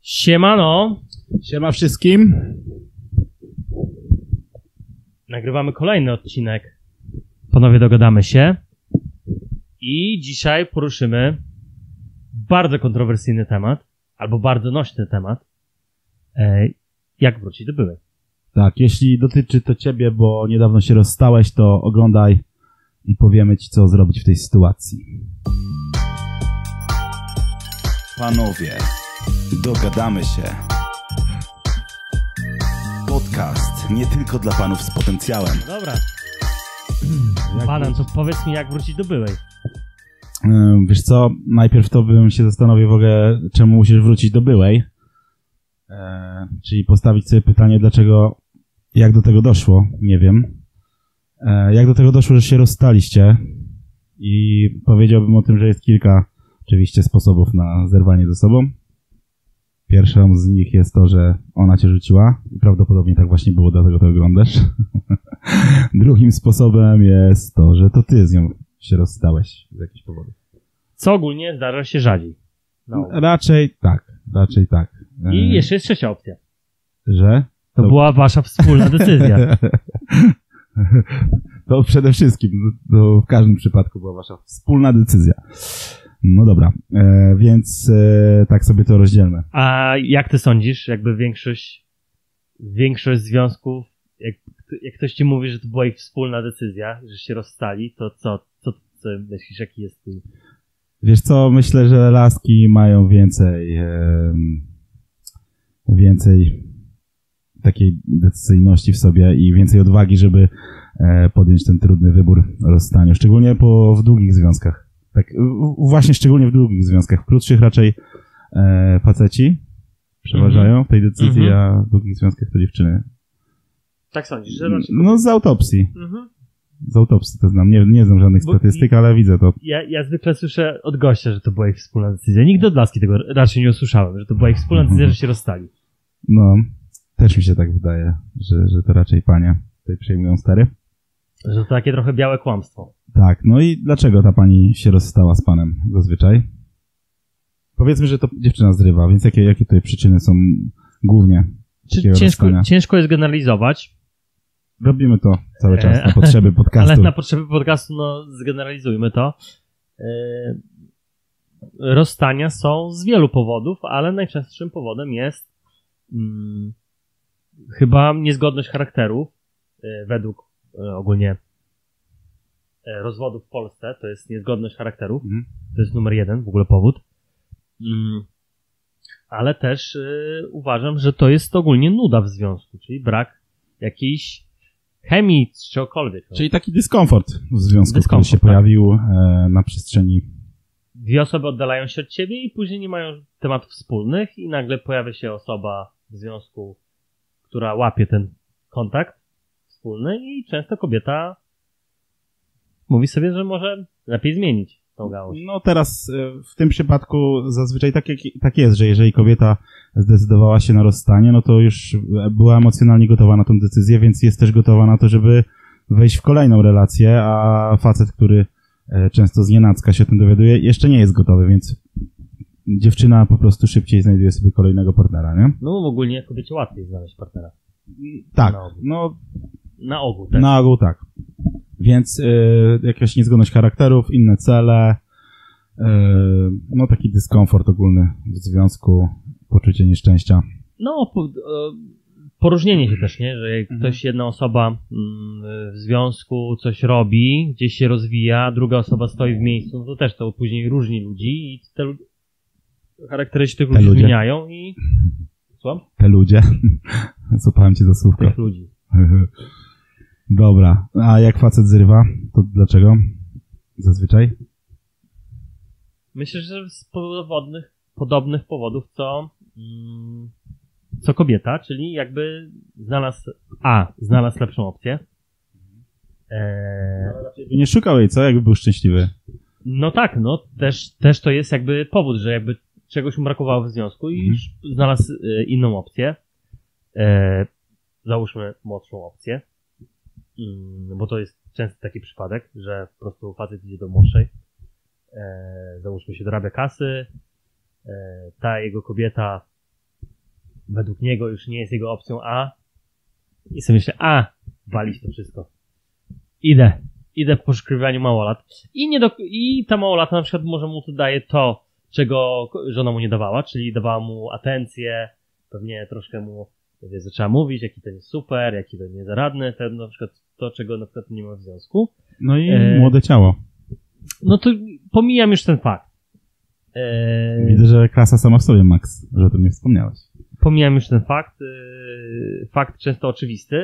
Siemano! Siema wszystkim. Nagrywamy kolejny odcinek. Ponownie dogadamy się. I dzisiaj poruszymy bardzo kontrowersyjny temat, albo bardzo nośny temat. Jak wrócić do byłej. Tak, jeśli dotyczy to ciebie, bo niedawno się rozstałeś, to oglądaj i powiemy ci, co zrobić w tej sytuacji. Panowie, dogadamy się. Podcast nie tylko dla panów z potencjałem. Dobra. Banan, to powiedz mi, jak wrócić do byłej. Wiesz co, najpierw to bym się zastanowił w ogóle, czemu musisz wrócić do byłej. Czyli postawić sobie pytanie, dlaczego, jak do tego doszło, nie wiem. Jak do tego doszło, że się rozstaliście i powiedziałbym o tym, że jest kilka oczywiście sposobów na zerwanie ze sobą. Pierwszą z nich jest to, że ona cię rzuciła i prawdopodobnie tak właśnie było, dlatego to oglądasz. Drugim sposobem jest to, że to ty z nią się rozstałeś z jakichś powodów. Co ogólnie zdarza się rzadziej. No. Raczej tak. I jeszcze jest trzecia opcja. Że? To była wasza wspólna decyzja. To przede wszystkim, to w każdym przypadku była wasza wspólna decyzja. No dobra, więc tak sobie to rozdzielmy. A jak ty sądzisz, jakby większość związków, jak ktoś ci mówi, że to była ich wspólna decyzja, że się rozstali, to co myślisz, jaki jest twój? Wiesz co, myślę, że laski mają więcej takiej decyzyjności w sobie i więcej odwagi, żeby podjąć ten trudny wybór o rozstaniu, szczególnie w długich związkach. Tak, właśnie szczególnie w długich związkach. W krótszych raczej faceci przeważają w tej decyzji, a w długich związkach to dziewczyny. Tak sądzisz, że raczej... No z autopsji. Z autopsji to znam. Nie znam żadnych statystyk, ale widzę to. Ja zwykle słyszę od gościa, że to była ich wspólna decyzja. Nigdy od laski tego raczej nie usłyszałem, że to była ich wspólna decyzja, że się rozstali. No, też mi się tak wydaje, że to raczej panie tutaj przejmują stery. Że to takie trochę białe kłamstwo. Tak, no i dlaczego ta pani się rozstała z panem zazwyczaj? Powiedzmy, że to dziewczyna zrywa, więc jakie tutaj przyczyny są głównie takiego rozstania? Ciężko jest generalizować. Robimy to cały czas na potrzeby podcastu. Ale na potrzeby podcastu, zgeneralizujmy to. Rozstania są z wielu powodów, ale najczęstszym powodem jest chyba niezgodność charakterów według ogólnie rozwodów w Polsce. To jest niezgodność charakterów. To jest numer 1 w ogóle powód. Ale też uważam, że to jest ogólnie nuda w związku, czyli brak jakiejś chemii, czegokolwiek. Czyli taki dyskomfort w związku, który się pojawił na przestrzeni... Dwie osoby oddalają się od ciebie i później nie mają tematów wspólnych i nagle pojawia się osoba w związku, która łapie ten kontakt wspólny i często kobieta mówi sobie, że może lepiej zmienić tą gałąź. No teraz w tym przypadku zazwyczaj tak jest, że jeżeli kobieta zdecydowała się na rozstanie, no to już była emocjonalnie gotowa na tą decyzję, więc jest też gotowa na to, żeby wejść w kolejną relację, a facet, który często znienacka się o tym dowiaduje, jeszcze nie jest gotowy, więc dziewczyna po prostu szybciej znajduje sobie kolejnego partnera, nie? No ogólnie kobiecie łatwiej znaleźć partnera. Tak, na ogół tak. Na ogół tak. Więc jakaś niezgodność charakterów, inne cele, taki dyskomfort ogólny w związku, poczucie nieszczęścia. No, poróżnienie się też, nie? Że jak jedna osoba w związku coś robi, gdzieś się rozwija, druga osoba stoi w miejscu, no to też to później różni ludzi i te charakterystyki tych ludzi zmieniają i... Słucham? Te ludzie. Złapałem cię za słówko. Tych ludzi. Dobra, a jak facet zrywa, to dlaczego? Zazwyczaj? Myślę, że z podobnych powodów, co kobieta, czyli jakby znalazł lepszą opcję. Nie szukał jej, co? Jakby był szczęśliwy. No tak, też to jest jakby powód, że jakby czegoś mu brakowało w związku i znalazł inną opcję. Załóżmy młodszą opcję. Bo to jest często taki przypadek, że po prostu facet idzie do młodszej, załóżmy się dorabia kasy, ta jego kobieta według niego już nie jest jego opcją A i sobie myślę, walić to wszystko. Idę po poszukiwaniu małolat i ta małolata na przykład może mu to daje to, czego żona mu nie dawała, czyli dawała mu atencję, pewnie troszkę mu zaczęła mówić, jaki to jest super, jaki to nie zaradny, ten na przykład to, czego na przykład nie ma w związku. No i młode ciało. No to pomijam już ten fakt. Widzę, że klasa sama w sobie, Max, że o tym nie wspomniałeś. Pomijam już ten fakt. Fakt często oczywisty.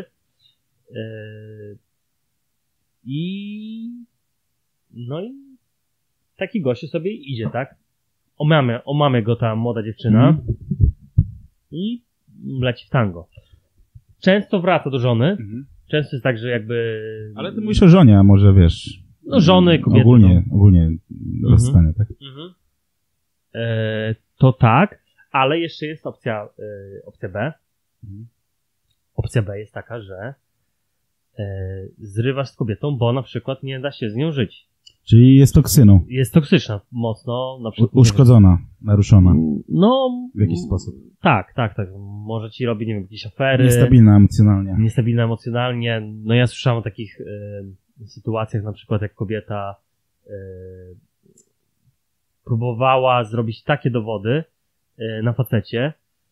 No i taki gościu sobie idzie, tak? Omamia go ta młoda dziewczyna i leci w tango. Często wraca do żony. Często jest tak, że jakby... Ale ty mówisz o żonie, a może wiesz... No żony, kobiety. Ogólnie rozstanie, tak? To tak, ale jeszcze jest opcja B. Opcja B jest taka, że zrywasz z kobietą, bo na przykład nie da się z nią żyć. Czyli jest toksyną. Jest toksyczna, mocno. Na przykład, uszkodzona, naruszona. No... W jakiś sposób. Tak. Może ci robi, nie wiem, jakieś afery. Niestabilna emocjonalnie. No ja słyszałem o takich sytuacjach, na przykład jak kobieta próbowała zrobić takie dowody na facecie,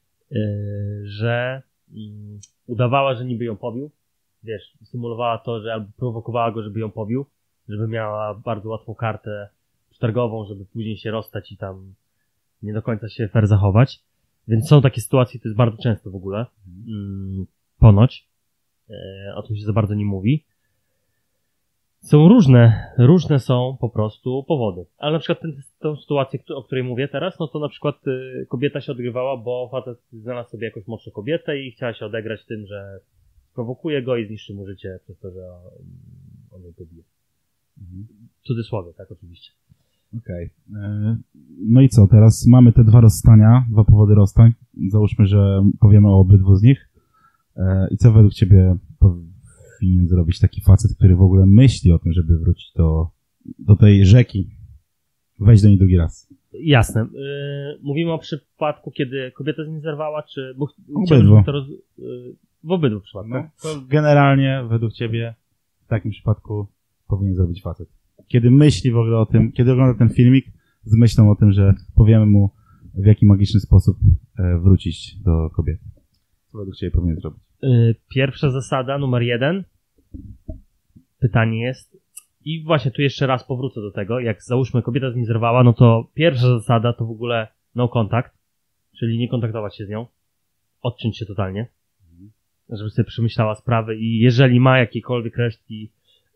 że udawała, że niby ją pobił. Wiesz, symulowała to, że albo prowokowała go, żeby ją pobił, żeby miała bardzo łatwą kartę przetargową, żeby później się rozstać i tam nie do końca się fair zachować. Więc są takie sytuacje, to jest bardzo często w ogóle. Ponoć. O tym się za bardzo nie mówi. Są różne są po prostu powody. Ale na przykład tę sytuację, o której mówię teraz, no to na przykład kobieta się odgrywała, bo facet znalazł sobie jakąś młodszą kobietę i chciała się odegrać tym, że prowokuje go i zniszczy mu życie przez to, że on ją pobije. W cudzysłowie, tak, oczywiście. Okej. No i co, teraz mamy te dwa powody rozstań. Załóżmy, że powiemy o obydwu z nich. I co według ciebie powinien zrobić taki facet, który w ogóle myśli o tym, żeby wrócić do tej rzeki? Wejść do niej drugi raz. Jasne. Mówimy o przypadku, kiedy kobieta z nim zerwała, czy... Obydwu. W obydwu przypadkach. No, to generalnie według ciebie w takim przypadku powinien zrobić facet. Kiedy myśli w ogóle o tym, kiedy ogląda ten filmik z myślą o tym, że powiemy mu, w jaki magiczny sposób wrócić do kobiety. Co według ciebie powinien zrobić? Pierwsza zasada, numer 1. Pytanie jest, i właśnie tu jeszcze raz powrócę do tego, jak załóżmy kobieta z nim zerwała, no to pierwsza zasada to w ogóle no contact, czyli nie kontaktować się z nią, odciąć się totalnie, żeby sobie przemyślała sprawy i jeżeli ma jakiekolwiek resztki,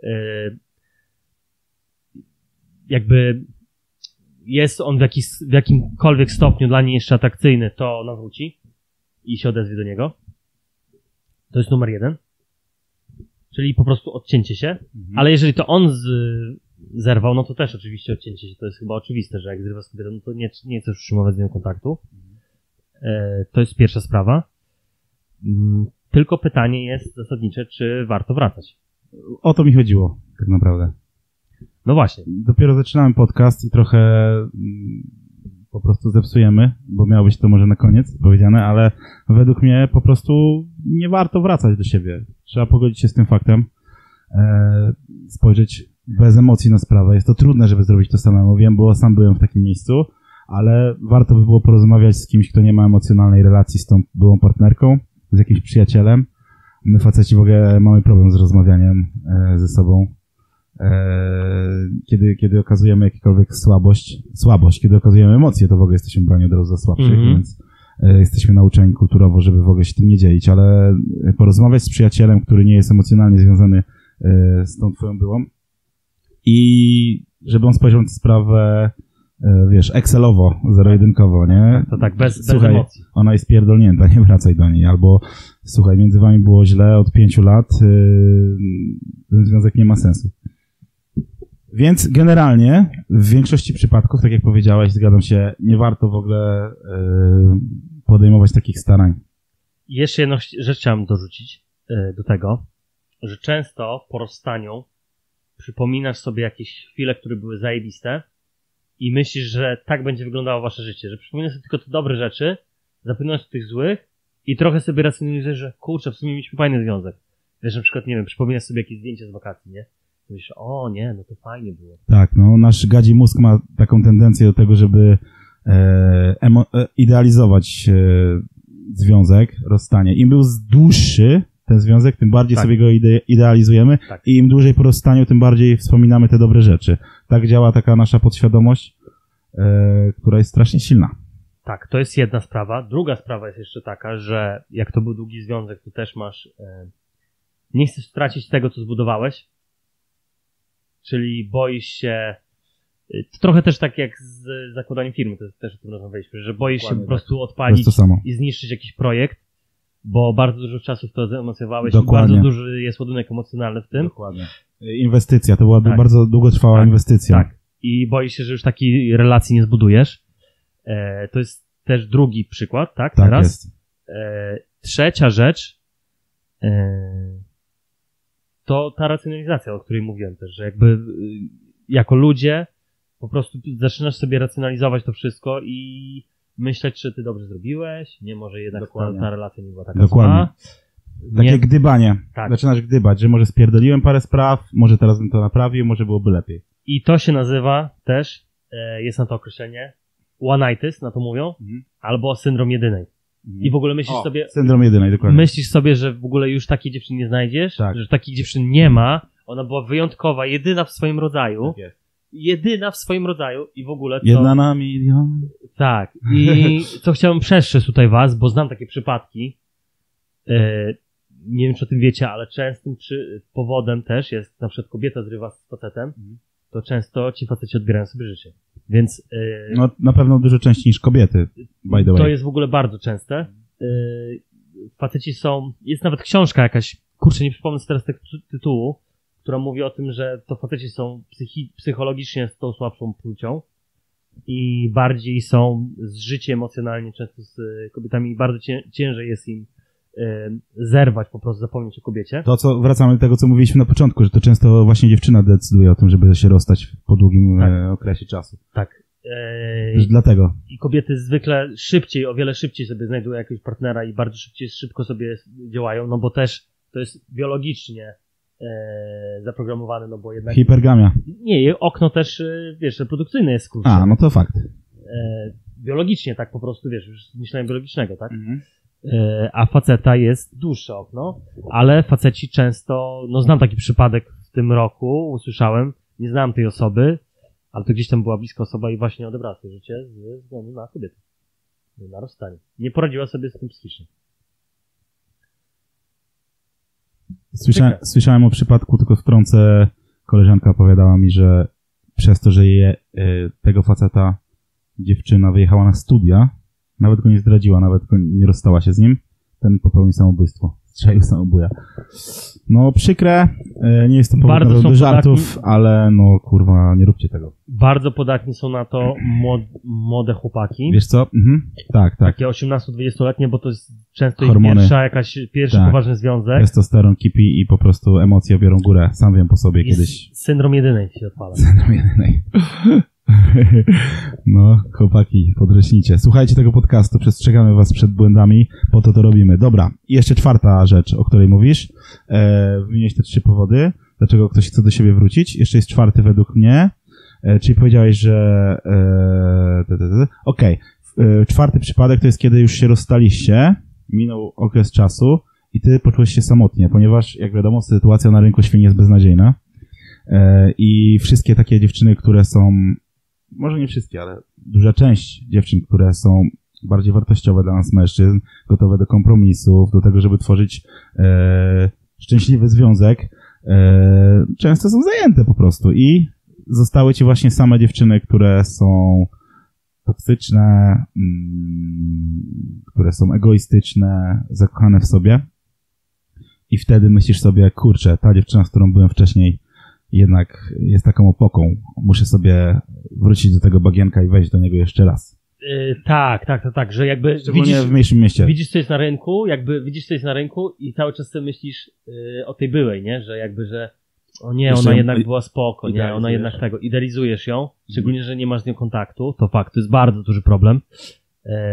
jakby jest on w jakimkolwiek stopniu dla niej jeszcze atrakcyjny, to nawróci i się odezwie do niego. To jest numer 1. Czyli po prostu odcięcie się. Ale jeżeli to on zerwał, no to też oczywiście odcięcie się. To jest chyba oczywiste, że jak zrywa z kobietą, no to nie chcesz utrzymywać z nią kontaktu. To jest pierwsza sprawa. Tylko pytanie jest zasadnicze, czy warto wracać. O to mi chodziło, tak naprawdę. No właśnie. Dopiero zaczynamy podcast i trochę po prostu zepsujemy, bo miało być to może na koniec powiedziane, ale według mnie po prostu nie warto wracać do siebie. Trzeba pogodzić się z tym faktem, spojrzeć bez emocji na sprawę. Jest to trudne, żeby zrobić to samemu. Wiem, bo sam byłem w takim miejscu, ale warto by było porozmawiać z kimś, kto nie ma emocjonalnej relacji z tą byłą partnerką, z jakimś przyjacielem. My faceci w ogóle mamy problem z rozmawianiem ze sobą. Kiedy okazujemy jakąkolwiek słabość, kiedy okazujemy emocje, to w ogóle jesteśmy brani od razu za słabszych, więc jesteśmy nauczeni kulturowo, żeby w ogóle się tym nie dzielić, ale porozmawiać z przyjacielem, który nie jest emocjonalnie związany z tą twoją byłą i żeby on spojrzał na tę sprawę, wiesz, Excelowo, zero-jedynkowo, nie? To tak, bez słuchaj, emocji. Ona jest pierdolnięta, nie wracaj do niej. Albo, słuchaj, między wami było źle od 5 lat, ten związek nie ma sensu. Więc generalnie, w większości przypadków, tak jak powiedziałeś, zgadzam się, nie warto w ogóle podejmować takich starań. I jeszcze jedną rzecz chciałem dorzucić do tego, że często po rozstaniu przypominasz sobie jakieś chwile, które były zajebiste i myślisz, że tak będzie wyglądało wasze życie, że przypominasz sobie tylko te dobre rzeczy, zapominasz o tych złych i trochę sobie racjonalizujesz, że kurczę, w sumie mieliśmy fajny związek. Wiesz, na przykład, nie wiem, przypominasz sobie jakieś zdjęcie z wakacji, nie? I myślisz, o nie, no to fajnie było. Tak, no nasz gadzi mózg ma taką tendencję do tego, żeby idealizować związek, rozstanie. Im był dłuższy ten związek, tym bardziej Tak. sobie go idealizujemy Tak. i im dłużej po rozstaniu, tym bardziej wspominamy te dobre rzeczy. Tak działa taka nasza podświadomość, która jest strasznie silna. Tak, to jest jedna sprawa. Druga sprawa jest jeszcze taka, że jak to był długi związek, to też masz... nie chcesz stracić tego, co zbudowałeś, czyli boisz się... To trochę też tak jak z zakładaniem firmy, to jest też o tym rozmawialiśmy, że boisz się po prostu To odpalić jest to samo. i zniszczyć jakiś projekt, bo bardzo dużo czasu w to zaemocjowałeś Dokładnie. i bardzo duży jest ładunek emocjonalny w tym. Dokładnie. Inwestycja, to była Tak. bardzo długotrwała Tak. inwestycja. Tak. I boisz się, że już takiej relacji nie zbudujesz. To jest też drugi przykład, tak? Tak teraz. jest. Trzecia rzecz to ta racjonalizacja, o której mówiłem też, że jakby jako ludzie po prostu zaczynasz sobie racjonalizować to wszystko i myśleć, czy ty dobrze zrobiłeś, nie, może jednak Dokładnie. ta relacja nie była taka Dokładnie. zła. Takie Nie, gdybanie. Tak. Zaczynasz gdybać, że może spierdoliłem parę spraw, może teraz bym to naprawił, może byłoby lepiej. I to się nazywa też, jest na to określenie, one-nightis, na to mówią, albo syndrom jedynej. I w ogóle myślisz sobie, Syndrom jedynej, dokładnie. myślisz sobie, że w ogóle już takiej dziewczyny nie znajdziesz, Tak. że takich dziewczyn nie ma, ona była wyjątkowa, jedyna w swoim rodzaju, Tak jest. jedyna w swoim rodzaju i w ogóle to... Jedna na milion. Tak. I co chciałem przestrzec tutaj was, bo znam takie przypadki, nie wiem, czy o tym wiecie, ale częstym powodem też jest, na przykład kobieta zrywa z facetem, to często ci faceci odbierają sobie życie. Więc No na pewno dużo częściej niż kobiety, by the way. to jest w ogóle bardzo częste. Faceci są... Jest nawet książka jakaś, kurczę, nie przypomnę sobie teraz tego tytułu, która mówi o tym, że to faceci są psychologicznie z tą słabszą płcią i bardziej są zżyci emocjonalnie często z kobietami i bardzo ciężej jest im zerwać, po prostu zapomnieć o kobiecie. To, co wracamy do tego, co mówiliśmy na początku, że to często właśnie dziewczyna decyduje o tym, żeby się rozstać po długim Tak. okresie czasu. Tak. Już dlatego. I kobiety zwykle o wiele szybciej sobie znajdują jakiegoś partnera i bardzo szybko sobie działają, no bo też to jest biologicznie zaprogramowane, no bo jednak... Hipergamia. Nie, okno też, wiesz, reprodukcyjne jest krótsze. A, no to fakt. Biologicznie tak po prostu, wiesz, już z myślenia biologicznego, tak? A faceta jest dłuższe okno, ale faceci często, no znam taki przypadek w tym roku, usłyszałem, nie znam tej osoby, ale to gdzieś tam była bliska osoba i właśnie odebrała swoje życie ze względu na kobietę. Na rozstanie. Nie poradziła sobie z tym psychicznie. Słyszałem o przypadku, tylko wtrącę, koleżanka opowiadała mi, że przez to, że tego faceta dziewczyna wyjechała na studia, nawet go nie zdradziła, nawet go nie rozstała się z nim, ten popełnił samobójstwo. Strzelił samobuja. No przykre, nie jest to powód Bardzo do są żartów, ale no kurwa, nie róbcie tego. Bardzo podatni są na to młode chłopaki. Wiesz co? Tak. Takie 18-20-letnie, bo to jest często ich Hormony. pierwszy Tak. poważny związek. Testosteron kipi i po prostu emocje biorą górę. Sam wiem po sobie I kiedyś. syndrom jedynej się odpala. Syndrom jedynej. No, chłopaki, podrośnijcie. Słuchajcie tego podcastu, przestrzegamy was przed błędami, po to robimy. Dobra, i jeszcze czwarta rzecz, o której mówisz. Wymieniłeś te 3 powody, dlaczego ktoś chce do siebie wrócić. Jeszcze jest 4 według mnie, czyli powiedziałeś, że... Okej. 4 przypadek to jest, kiedy już się rozstaliście, minął okres czasu i ty poczułeś się samotnie, ponieważ, jak wiadomo, sytuacja na rynku świń jest beznadziejna. I wszystkie takie dziewczyny, które są, może nie wszystkie, ale duża część dziewczyn, które są bardziej wartościowe dla nas mężczyzn, gotowe do kompromisów, do tego, żeby tworzyć szczęśliwy związek, często są zajęte po prostu i zostały ci właśnie same dziewczyny, które są toksyczne, które są egoistyczne, zakochane w sobie i wtedy myślisz sobie, kurczę, ta dziewczyna, z którą byłem wcześniej, jednak jest taką opoką. Muszę sobie wrócić do tego bagienka i wejść do niego jeszcze raz. Tak, że jakby Szczególnie w mniejszym mieście. widzisz, co jest na rynku, i cały czas sobie myślisz o tej byłej, nie? Że jakby, że o nie, Jeszcze ona jednak była spoko, nie? Ona idealizujesz. jednak tego, idealizujesz ją, szczególnie, że nie masz z nią kontaktu, to fakt, to jest bardzo duży problem.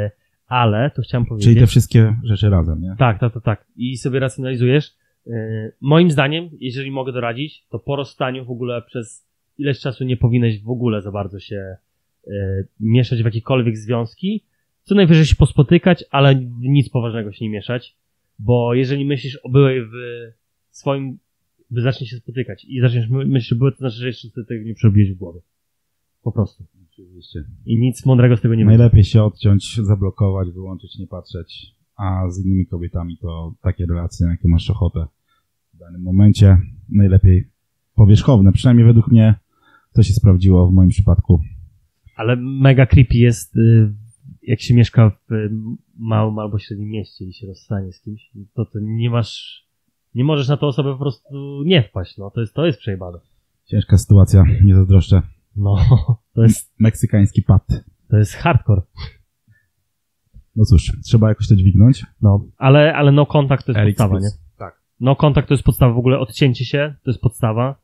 Ale, to chciałem powiedzieć... Czyli te wszystkie rzeczy razem, nie? Tak. I sobie racjonalizujesz. Moim zdaniem, jeżeli mogę doradzić, to po rozstaniu w ogóle przez ileś czasu nie powinieneś w ogóle za bardzo się mieszać w jakiekolwiek związki. Co najwyżej się pospotykać, ale w nic poważnego się nie mieszać. Bo jeżeli myślisz o byłej w swoim... By zaczniesz się spotykać i zaczniesz myśleć o byłej, to znaczy, że jeszcze sobie tego nie przerobiłeś w głowie. Po prostu. Oczywiście. I nic mądrego z tego nie będzie. Najlepiej się odciąć, zablokować, wyłączyć, nie patrzeć, a z innymi kobietami to takie relacje, na jakie masz ochotę w danym momencie. Najlepiej powierzchowne, przynajmniej według mnie to się sprawdziło w moim przypadku. Ale mega creepy jest, jak się mieszka w małym albo średnim mieście i się rozstanie z kimś, to nie możesz na tę osobę po prostu nie wpaść, no to jest przejebane. Ciężka sytuacja, nie zazdroszczę. No, to jest... Meksykański pad. To jest hardcore. No cóż, trzeba jakoś to dźwignąć. No, ale no kontakt to jest Eric podstawa, Spitz. nie? Tak. No kontakt to jest podstawa, w ogóle odcięcie się to jest podstawa.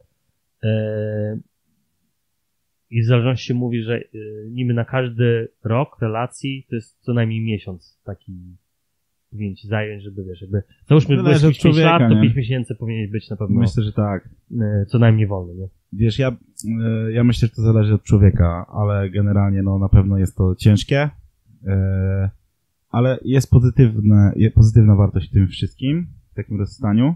I w zależności mówi, że niby na każdy rok relacji to jest co najmniej miesiąc taki powinien ci zająć, żeby wiesz, jakby załóżmy, że byłeś 5 lat, to 5 miesięcy powinieneś być na pewno. Myślę, że tak. Co najmniej wolny, nie? Wiesz, ja myślę, że to zależy od człowieka, ale generalnie no na pewno jest to ciężkie, ale jest pozytywna wartość w tym wszystkim, w takim rozstaniu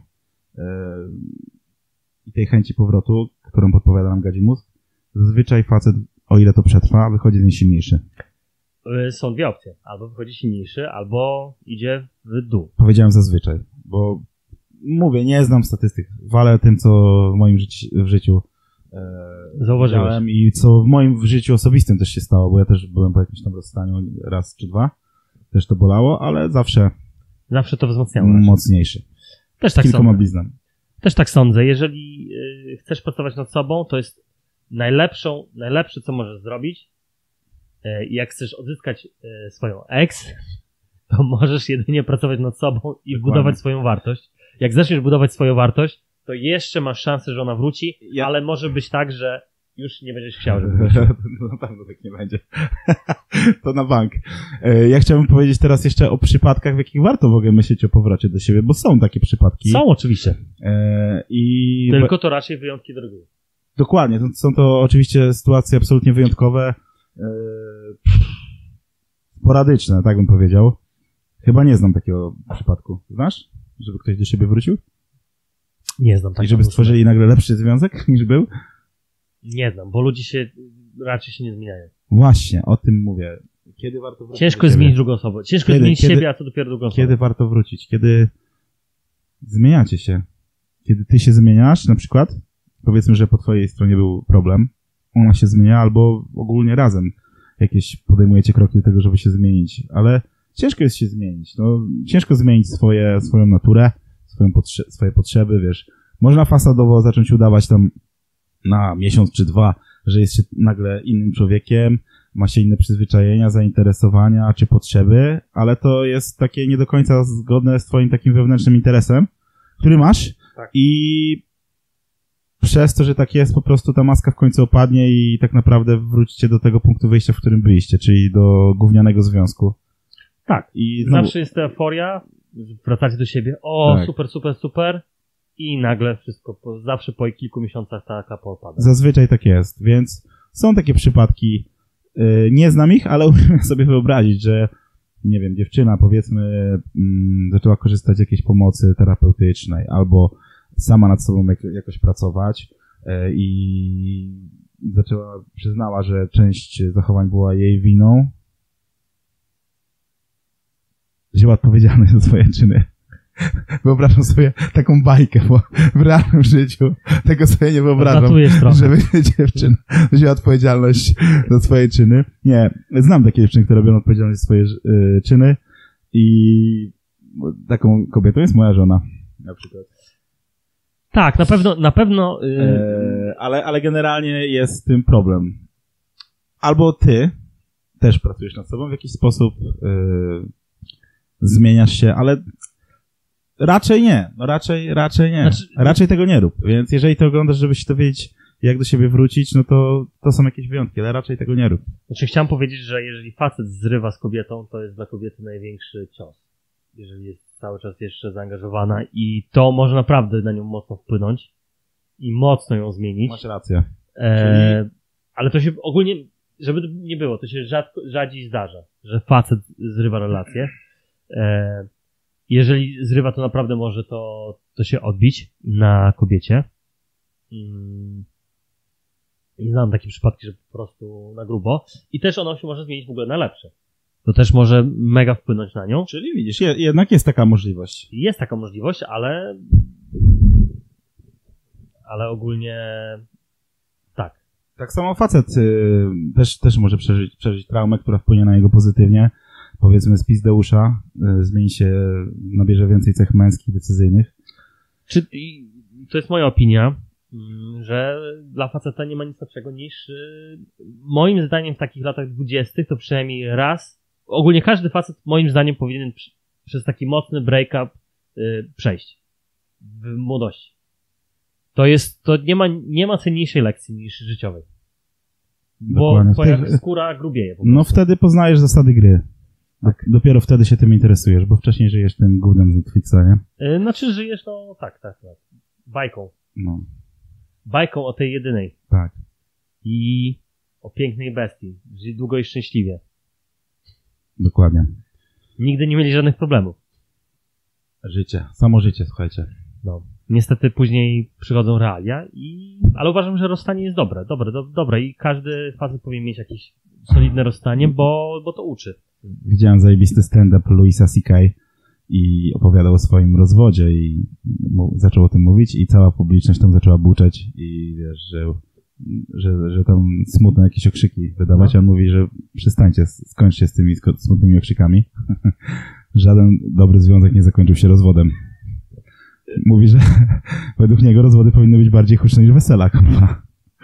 i tej chęci powrotu, którą podpowiada nam gadzi mózg. Zazwyczaj facet, o ile to przetrwa, wychodzi z niej silniejszy. Są dwie opcje. Albo wychodzi silniejszy, albo idzie w dół. Powiedziałem zazwyczaj, bo mówię, nie znam statystyk, walę tym, co w moim życiu zauważyłem i co w moim życiu osobistym też się stało, bo ja też byłem po jakimś tam rozstaniu raz czy dwa, też to bolało, ale zawsze to wzmacniało. Mocniejszy. Też tak kilkoma sądzę. bliznami. Też tak sądzę. Jeżeli chcesz pracować nad sobą, to jest najlepsze, co możesz zrobić. I jak chcesz odzyskać swoją ex, to możesz jedynie pracować nad sobą i budować swoją wartość. Jak zaczniesz budować swoją wartość, to jeszcze masz szansę, że ona wróci, ale może być tak, że już nie będziesz chciał, żeby wróciła. No na pewno tak nie będzie. To na bank. Ja chciałbym powiedzieć teraz jeszcze o przypadkach, w jakich warto w ogóle myśleć o powrocie do siebie, bo są takie przypadki. Są oczywiście. Tylko to raczej wyjątki do reguły. Dokładnie. Są to oczywiście sytuacje absolutnie wyjątkowe, sporadyczne, tak bym powiedział. Chyba nie znam takiego przypadku. Znasz? Żeby ktoś do siebie wrócił? Nie znam takiego. I żeby stworzyli nagle lepszy związek niż był? Nie znam, bo ludzie raczej się nie zmieniają. Właśnie, o tym mówię. Kiedy warto wrócić? Ciężko zmienić drugą osobę. Ciężko zmienić siebie, a to dopiero drugą osobę. Kiedy warto wrócić? Kiedy zmieniacie się? Kiedy ty się zmieniasz, na przykład, powiedzmy, że po twojej stronie był problem, ona się zmienia, albo ogólnie razem jakieś podejmujecie kroki do tego, żeby się zmienić, ale ciężko jest się zmienić. No, ciężko zmienić swoją naturę, swoje potrzeby, wiesz. Można fasadowo zacząć udawać tam na miesiąc czy dwa, że jest się nagle innym człowiekiem, ma się inne przyzwyczajenia, zainteresowania czy potrzeby, ale to jest takie nie do końca zgodne z twoim takim wewnętrznym interesem, który masz. Tak. I przez to, że tak jest, po prostu ta maska w końcu opadnie i tak naprawdę wrócicie do tego punktu wyjścia, w którym byliście, czyli do gównianego związku. Tak. I zawsze jest ta euforia, wracacie do siebie, tak. Super i nagle wszystko, zawsze po kilku miesiącach ta klapa opada. Zazwyczaj tak jest, więc są takie przypadki, nie znam ich, ale umiem sobie wyobrazić, że nie wiem, dziewczyna powiedzmy zaczęła korzystać z jakiejś pomocy terapeutycznej albo sama nad sobą jakoś pracować i przyznała, że część zachowań była jej winą. Wzięła odpowiedzialność za swoje czyny. Wyobrażam sobie taką bajkę, bo w realnym życiu tego sobie nie wyobrażam, żeby dziewczyna wzięła odpowiedzialność za swoje czyny. Nie, znam takie dziewczyny, które biorą odpowiedzialność za swoje czyny i taką kobietą jest moja żona, na przykład. Tak, na pewno. Ale generalnie jest z tym problem. Albo ty też pracujesz nad sobą w jakiś sposób, zmieniasz się, ale raczej nie. Raczej nie. Raczej tego nie rób. Więc jeżeli to oglądasz, żeby się dowiedzieć, jak do siebie wrócić, no to są jakieś wyjątki, ale raczej tego nie rób. Znaczy chciałem powiedzieć, że jeżeli facet zrywa z kobietą, to jest dla kobiety największy cios. Jeżeli jest cały czas jeszcze zaangażowana i to może naprawdę na nią mocno wpłynąć i mocno ją zmienić. Masz rację. Ale to się ogólnie, żeby nie było, to się rzadziej zdarza, że facet zrywa relację. Jeżeli zrywa, to naprawdę może to się odbić na kobiecie. I znam takie przypadki, że po prostu na grubo. I też ona się może zmienić w ogóle na lepsze. To też może mega wpłynąć na nią. Czyli widzisz, jednak jest taka możliwość. Jest taka możliwość, ale ogólnie tak. Tak samo facet też może przeżyć traumę, która wpłynie na niego pozytywnie. Powiedzmy z pizdeusza, zmieni się, nabierze więcej cech męskich, decyzyjnych. To jest moja opinia, że dla faceta nie ma nic lepszego niż moim zdaniem w takich latach 20. to przynajmniej raz, ogólnie każdy facet moim zdaniem powinien przez taki mocny break-up przejść w młodości. To nie ma cenniejszej lekcji niż życiowej. Bo twoja skóra grubieje. No wtedy poznajesz zasady gry. Tak. Dopiero wtedy się tym interesujesz, bo wcześniej żyjesz tym gównem z Netflixa, nie? Znaczy żyjesz, no tak. Bajką. No. Bajką o tej jedynej. Tak. I o pięknej bestii. Żyć długo i szczęśliwie. Dokładnie. Nigdy nie mieli żadnych problemów. Samo życie, słuchajcie. No. Niestety później przychodzą realia, ale uważam, że rozstanie jest dobre i każdy facet powinien mieć jakieś solidne rozstanie, bo to uczy. Widziałem zajebisty stand-up Louisa C.K. i opowiadał o swoim rozwodzie i zaczął o tym mówić i cała publiczność tam zaczęła buczeć i wiesz, że tam smutne jakieś okrzyki wydawać, a on mówi, że przestańcie, skończcie z tymi smutnymi okrzykami. Żaden dobry związek nie zakończył się rozwodem. Mówi, że według niego rozwody powinny być bardziej huczne niż wesela, kurwa.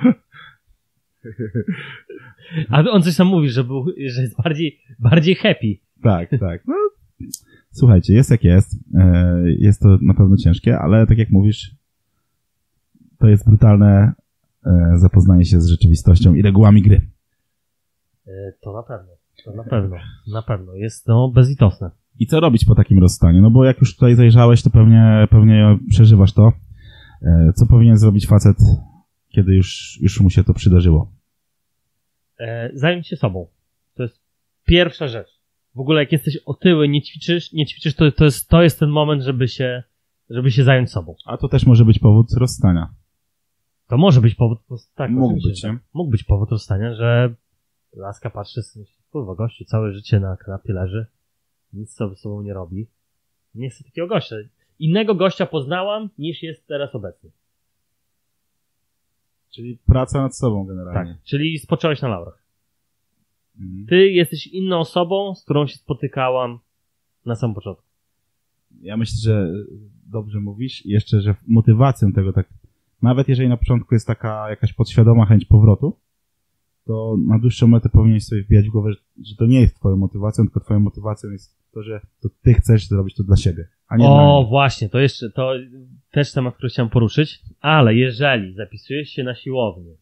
A on coś tam mówi, że jest bardziej happy. Tak. No, słuchajcie, jest jak jest. Jest to na pewno ciężkie, ale tak jak mówisz, to jest brutalne zapoznanie się z rzeczywistością i regułami gry. To na pewno. Jest to bezlitosne. I co robić po takim rozstaniu? No bo jak już tutaj zajrzałeś, to pewnie przeżywasz to. Co powinien zrobić facet, kiedy już mu się to przydarzyło? Zająć się sobą. To jest pierwsza rzecz. W ogóle jak jesteś otyły, nie ćwiczysz, to jest ten moment, żeby się zająć sobą. A to też może być powód rozstania. To może być powód, tak. Mógł być powód rozstania, że laska patrzy, kurwa, gościu całe życie na kanapie leży, nic sobie sobą nie robi. Nie chcę takiego gościa. Innego gościa poznałam, niż jest teraz obecny. Czyli praca nad sobą generalnie. Tak, czyli spocząłeś na laurach. Ty jesteś inną osobą, z którą się spotykałam na samym początku. Ja myślę, że dobrze mówisz i jeszcze, że motywacją tego tak, nawet jeżeli na początku jest taka jakaś podświadoma chęć powrotu, to na dłuższą metę powinieneś sobie wbijać w głowę, że to nie jest twoją motywacją, tylko twoją motywacją jest to, że to ty chcesz zrobić to dla siebie, a nie dla mnie. Właśnie, to też temat, który chciałem poruszyć, ale jeżeli zapisujesz się na siłownię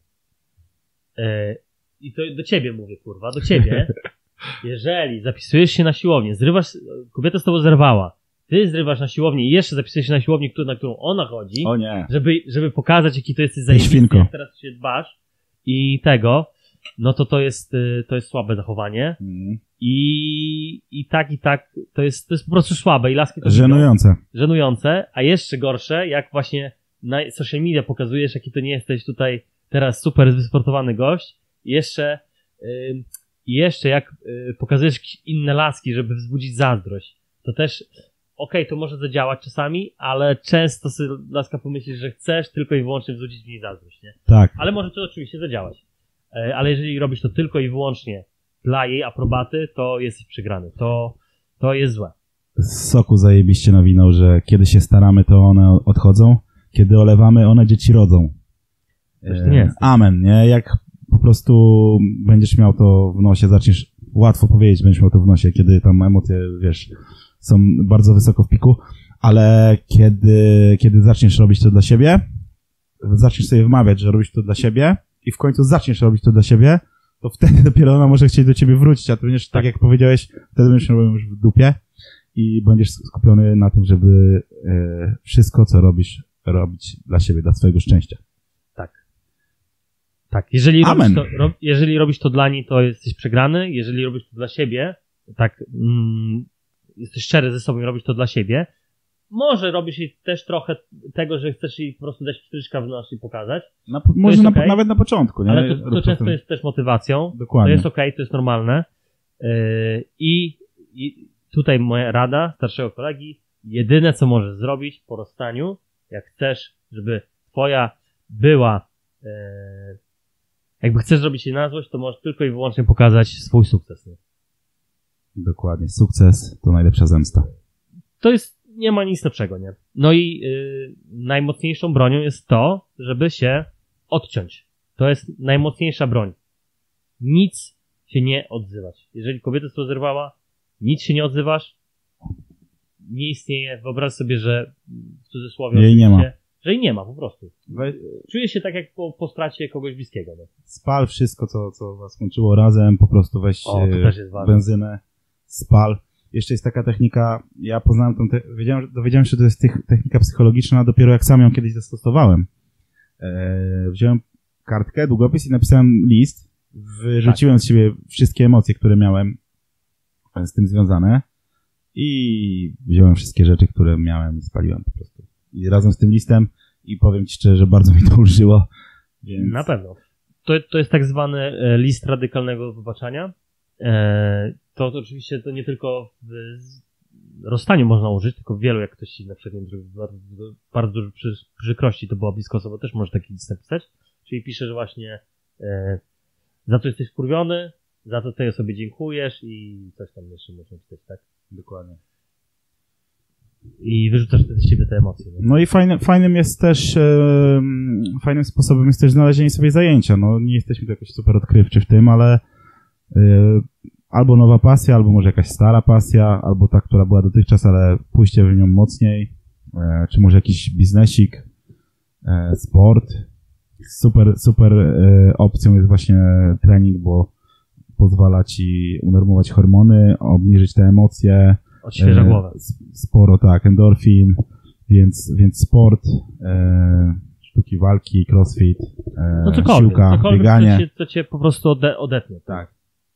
i to do ciebie mówię, kurwa, do ciebie, jeżeli zapisujesz się na siłownię, kobieta z tobą zerwała, ty zrywasz na siłownię i jeszcze zapisujesz się na siłownię, na którą ona chodzi, o nie. żeby pokazać, jaki to jesteś zajebisty, jak teraz się dbasz i tego, no to jest słabe zachowanie. I tak, to jest po prostu słabe i laski to żenujące, a jeszcze gorsze, jak właśnie na social media pokazujesz, jaki to nie jesteś tutaj teraz super wysportowany gość i jeszcze jak pokazujesz jakieś inne laski, żeby wzbudzić zazdrość, to też to może zadziałać czasami, ale często sobie laska pomyślisz, że chcesz tylko i wyłącznie wzbudzić w niej zazdrość, nie? Tak. Ale może to oczywiście zadziałać. Ale jeżeli robisz to tylko i wyłącznie dla jej aprobaty, to jesteś przegrany. To jest złe. Z soku zajebiście nawinął, że kiedy się staramy, to one odchodzą, kiedy olewamy, one dzieci rodzą. Amen, nie? Jak po prostu będziesz miał to w nosie, zaczniesz łatwo powiedzieć, będziesz miał to w nosie, kiedy tam emocje, wiesz, są bardzo wysoko w piku, ale kiedy zaczniesz robić to dla siebie, zaczniesz sobie wmawiać, że robisz to dla siebie i w końcu zaczniesz robić to dla siebie, to wtedy dopiero ona może chcieć do ciebie wrócić, a ty będziesz, tak jak powiedziałeś, wtedy będziesz już w dupie i będziesz skupiony na tym, żeby wszystko, co robisz, robić dla siebie, dla swojego szczęścia. Tak. Jeżeli robisz to dla niej, to jesteś przegrany. Jeżeli robisz to dla siebie, tak, jesteś szczery ze sobą i robisz to dla siebie, może robisz jej też trochę tego, że chcesz jej po prostu dać pstryczka w nos i pokazać. Może okay. Nawet na początku. Nie? Ale to często jest też motywacją. Dokładnie. To jest okej, to jest normalne. I tutaj moja rada starszego kolegi, jedyne co możesz zrobić po rozstaniu, jak chcesz, żeby twoja była jakby chcesz zrobić jej na złość, to możesz tylko i wyłącznie pokazać swój sukces. Nie? Dokładnie. Sukces to najlepsza zemsta. To jest, nie ma nic lepszego, nie? No i najmocniejszą bronią jest to, żeby się odciąć. To jest najmocniejsza broń. Nic się nie odzywać. Jeżeli kobieta się rozerwała, nic się nie odzywasz, nie istnieje. Wyobraź sobie, że w cudzysłowie jej nie ma. Że jej nie ma, po prostu. Czuję się tak jak po stracie kogoś bliskiego. No. Spal wszystko, co was łączyło razem, po prostu weź benzynę, spal. Jeszcze jest taka technika, ja poznałem dowiedziałem się, że to jest technika psychologiczna dopiero jak sam ją kiedyś zastosowałem. Wziąłem kartkę, długopis i napisałem list, wyrzuciłem z siebie wszystkie emocje, które miałem z tym związane i wziąłem wszystkie rzeczy, które miałem i spaliłem po prostu. I razem z tym listem i powiem ci szczerze, że bardzo mi to ulżyło. Więc... Na pewno. To jest tak zwany list radykalnego wybaczania. To oczywiście to nie tylko w rozstaniu można użyć, tylko w wielu, jak ktoś ci na przykład bardzo dużo przykrości, to była bliska osoba, też może taki list napisać. Czyli pisze, że właśnie za to jesteś wkurwiony, za to tej osobie dziękujesz i coś tam jeszcze można pisać, tak? Dokładnie. I wyrzucasz wtedy z siebie te emocje. Nie? No i fajnym jest też fajnym sposobem jest też znalezienie sobie zajęcia. No nie jesteśmy tu jakoś super odkrywczy w tym, ale albo nowa pasja, albo może jakaś stara pasja, albo ta, która była dotychczas, ale pójście w nią mocniej, czy może jakiś biznesik, sport. Super opcją jest właśnie trening, bo pozwala ci unormować hormony, obniżyć te emocje. Odświeża głowę. Sporo, tak, endorfin, więc sport, sztuki walki, crossfit, no siłka, bieganie. To cię po prostu odetnie. Tak.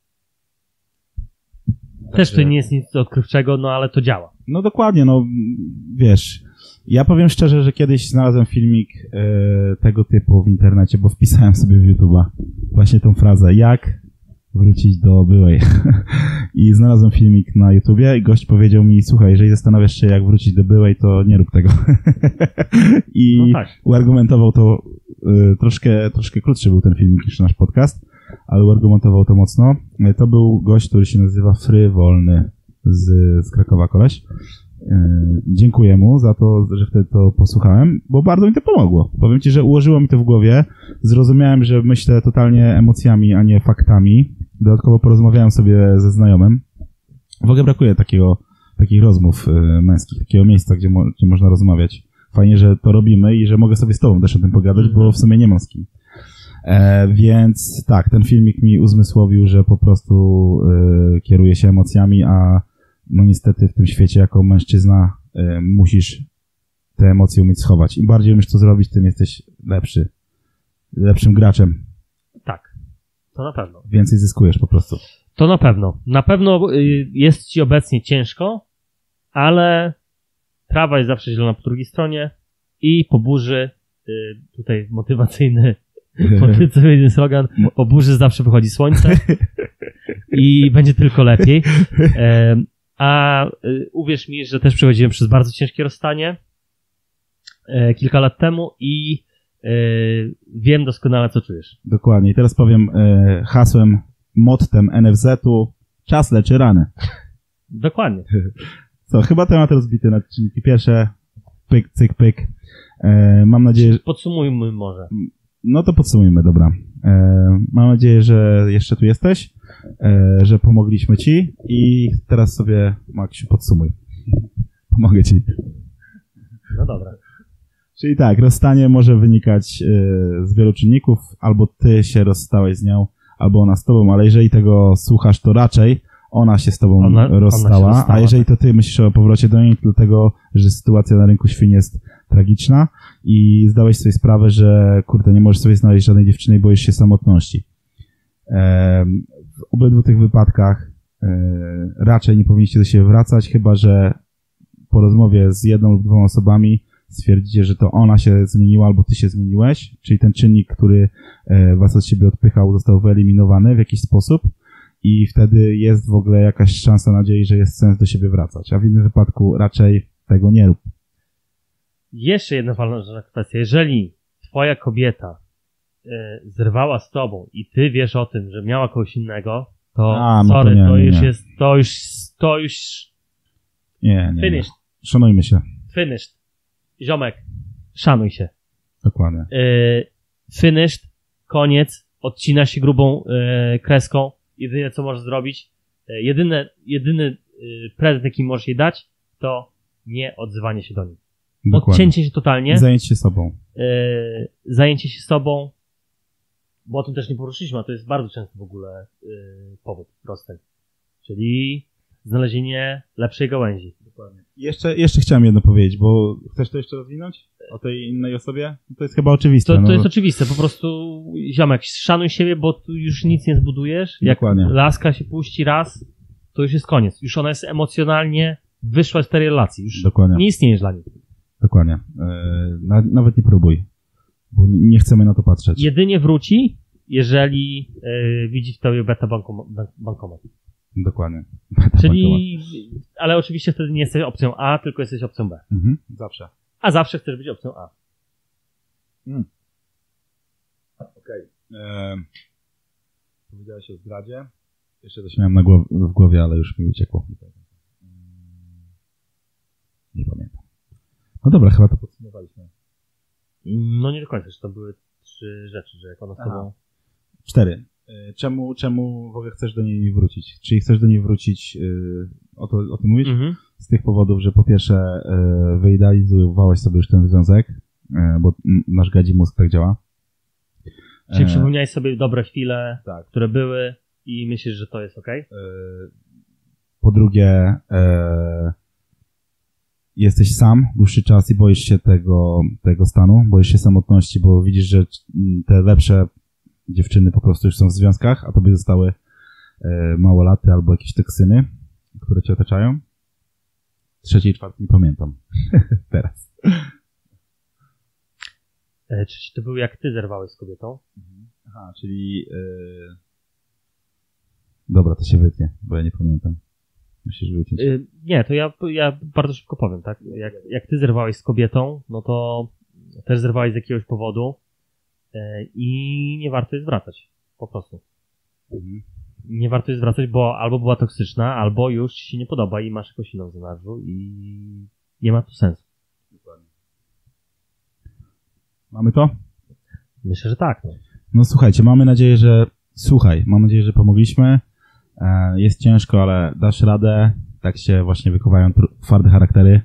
Też to nie jest nic odkrywczego, no ale to działa. No dokładnie, no wiesz, ja powiem szczerze, że kiedyś znalazłem filmik tego typu w internecie, bo wpisałem sobie w YouTube'a właśnie tą frazę, jak wrócić do byłej. I znalazłem filmik na YouTubie i gość powiedział mi, słuchaj, jeżeli zastanawiasz się, jak wrócić do byłej, to nie rób tego. I no tak. Uargumentował to, troszkę krótszy był ten filmik niż nasz podcast, ale uargumentował to mocno. To był gość, który się nazywa Frywolny z Krakowa koleś. Dziękuję mu za to, że wtedy to posłuchałem, bo bardzo mi to pomogło. Powiem ci, że ułożyło mi to w głowie. Zrozumiałem, że myślę totalnie emocjami, a nie faktami. Dodatkowo porozmawiałem sobie ze znajomym. W ogóle brakuje takich rozmów męskich, takiego miejsca, gdzie można rozmawiać. Fajnie, że to robimy i że mogę sobie z tobą też o tym pogadać, bo w sumie nie mam z kim. Więc tak, ten filmik mi uzmysłowił, że po prostu kieruje się emocjami, a no niestety w tym świecie jako mężczyzna musisz te emocje umieć schować. Im bardziej umiesz to zrobić, tym jesteś lepszym graczem. Tak, to na pewno. Więcej zyskujesz po prostu. To na pewno. Na pewno jest ci obecnie ciężko, ale trawa jest zawsze zielona po drugiej stronie i po burzy, tutaj motywacyjny slogan, po burzy zawsze wychodzi słońce i będzie tylko lepiej. A uwierz mi, że też przechodziłem przez bardzo ciężkie rozstanie kilka lat temu i wiem doskonale, co czujesz. Dokładnie. I teraz powiem hasłem, mottem NFZ-u: czas leczy rany. Dokładnie. Co, chyba temat rozbity na czynniki pierwsze. Pyk, cyk, pyk. Mam nadzieję, że... Podsumujmy może. No to podsumujmy, dobra. Mam nadzieję, że jeszcze tu jesteś, że pomogliśmy ci i teraz sobie, Maksiu, podsumuj. Pomogę ci. No dobra. Czyli tak, rozstanie może wynikać z wielu czynników, albo ty się rozstałeś z nią, albo ona z tobą, ale jeżeli tego słuchasz, to raczej ona się z tobą rozstała, a jeżeli to ty myślisz o powrocie do niej, dlatego, że sytuacja na rynku świń jest tragiczna i zdałeś sobie sprawę, że kurde, nie możesz sobie znaleźć żadnej dziewczyny i boisz się samotności. W obydwu tych wypadkach raczej nie powinniście do siebie wracać, chyba że po rozmowie z jedną lub dwoma osobami stwierdzicie, że to ona się zmieniła albo ty się zmieniłeś, czyli ten czynnik, który was od siebie odpychał, został wyeliminowany w jakiś sposób i wtedy jest w ogóle jakaś szansa nadziei, że jest sens do siebie wracać, a w innym wypadku raczej tego nie rób. Jeszcze jedna ważna kwestia. Jeżeli twoja kobieta zerwała z tobą i ty wiesz o tym, że miała kogoś innego, to sorry, to już nie. finished. Szanujmy się. Finished. Ziomek, szanuj się. Dokładnie. Finished, koniec, odcina się grubą kreską. Jedyne co możesz zrobić, jedyny prezent jaki możesz jej dać, to nie odzywanie się do niej. Dokładnie. Odcięcie się totalnie. Zajęcie się sobą. Zajęcie się sobą, bo o tym też nie poruszyliśmy, a to jest bardzo często w ogóle powód prosty. Czyli znalezienie lepszej gałęzi. Dokładnie. Jeszcze chciałem jedno powiedzieć, bo chcesz to jeszcze rozwinąć? O tej innej osobie? To jest chyba oczywiste. To jest oczywiste, po prostu ziomek, szanuj siebie, bo tu już nic nie zbudujesz. Jak Dokładnie. laska się puści raz, to już jest koniec. Już ona jest emocjonalnie wyszła z tej relacji. Już Dokładnie. Nie istniejesz dla niej. Dokładnie. Nawet nie próbuj, bo nie chcemy na to patrzeć. Jedynie wróci, jeżeli widzi w tobie beta bankomat. Dokładnie. Czyli, ale oczywiście wtedy nie jesteś opcją A, tylko jesteś opcją B. Zawsze. A zawsze chcesz być opcją A. Okej. Powiedziałeś o zdradzie. Jeszcze coś miałem w głowie, ale już mi uciekło. Nie pamiętam. No dobra, chyba to podsumowaliśmy. No nie do końca, że to były 3 rzeczy, że jak ona z tobą... 4. Czemu w ogóle chcesz do niej wrócić? Czyli chcesz do niej wrócić, o tym mówisz? Z tych powodów, że po pierwsze wyidealizowałeś sobie już ten związek, bo nasz gadzi mózg tak działa. Czyli przypomniałeś sobie dobre chwile, tak, które były i myślisz, że to jest okej? Po drugie, jesteś sam dłuższy czas i boisz się tego stanu, boisz się samotności, bo widzisz, że te lepsze dziewczyny po prostu już są w związkach, a tobie zostały małolaty albo jakieś toksyny, które cię otaczają. 3. i 4. nie pamiętam. Teraz. 3. to był jak ty zerwałeś z kobietą. Aha, czyli... Dobra, to się wytnie, bo ja nie pamiętam. Musisz wyciąć. Nie, to ja bardzo szybko powiem, tak? Jak ty zerwałeś z kobietą, no to też zerwałeś z jakiegoś powodu i nie warto jest wracać. Po prostu. Nie warto jest wracać, bo albo była toksyczna, albo już ci się nie podoba i masz jakąś inną w zanadrzu i nie ma tu sensu. Mamy to? Myślę, że tak. No słuchajcie, mam nadzieję, że pomogliśmy. Jest ciężko, ale dasz radę. Tak się właśnie wychowają twarde charaktery.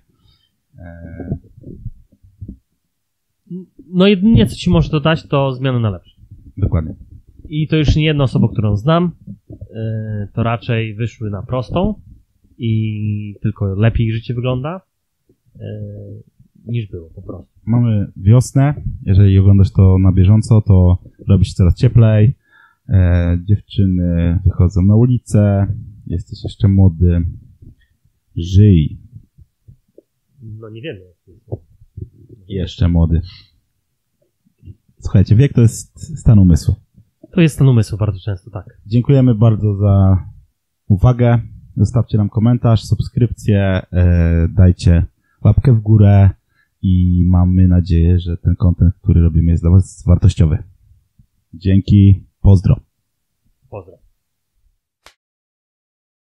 No jedynie co ci może dodać, to zmiany na lepsze. Dokładnie. I to już nie jedna osoba, którą znam, to raczej wyszły na prostą i tylko lepiej życie wygląda niż było po prostu. Mamy wiosnę. Jeżeli oglądasz to na bieżąco, to robi się coraz cieplej. Dziewczyny wychodzą na ulicę. Jesteś jeszcze młody. Żyj. No nie wiemy. Jeszcze młody. Słuchajcie, wiek to jest stan umysłu. To jest stan umysłu bardzo często, tak. Dziękujemy bardzo za uwagę. Zostawcie nam komentarz, subskrypcję, dajcie łapkę w górę i mamy nadzieję, że ten content, który robimy, jest dla was wartościowy. Dzięki, pozdro. Pozdro.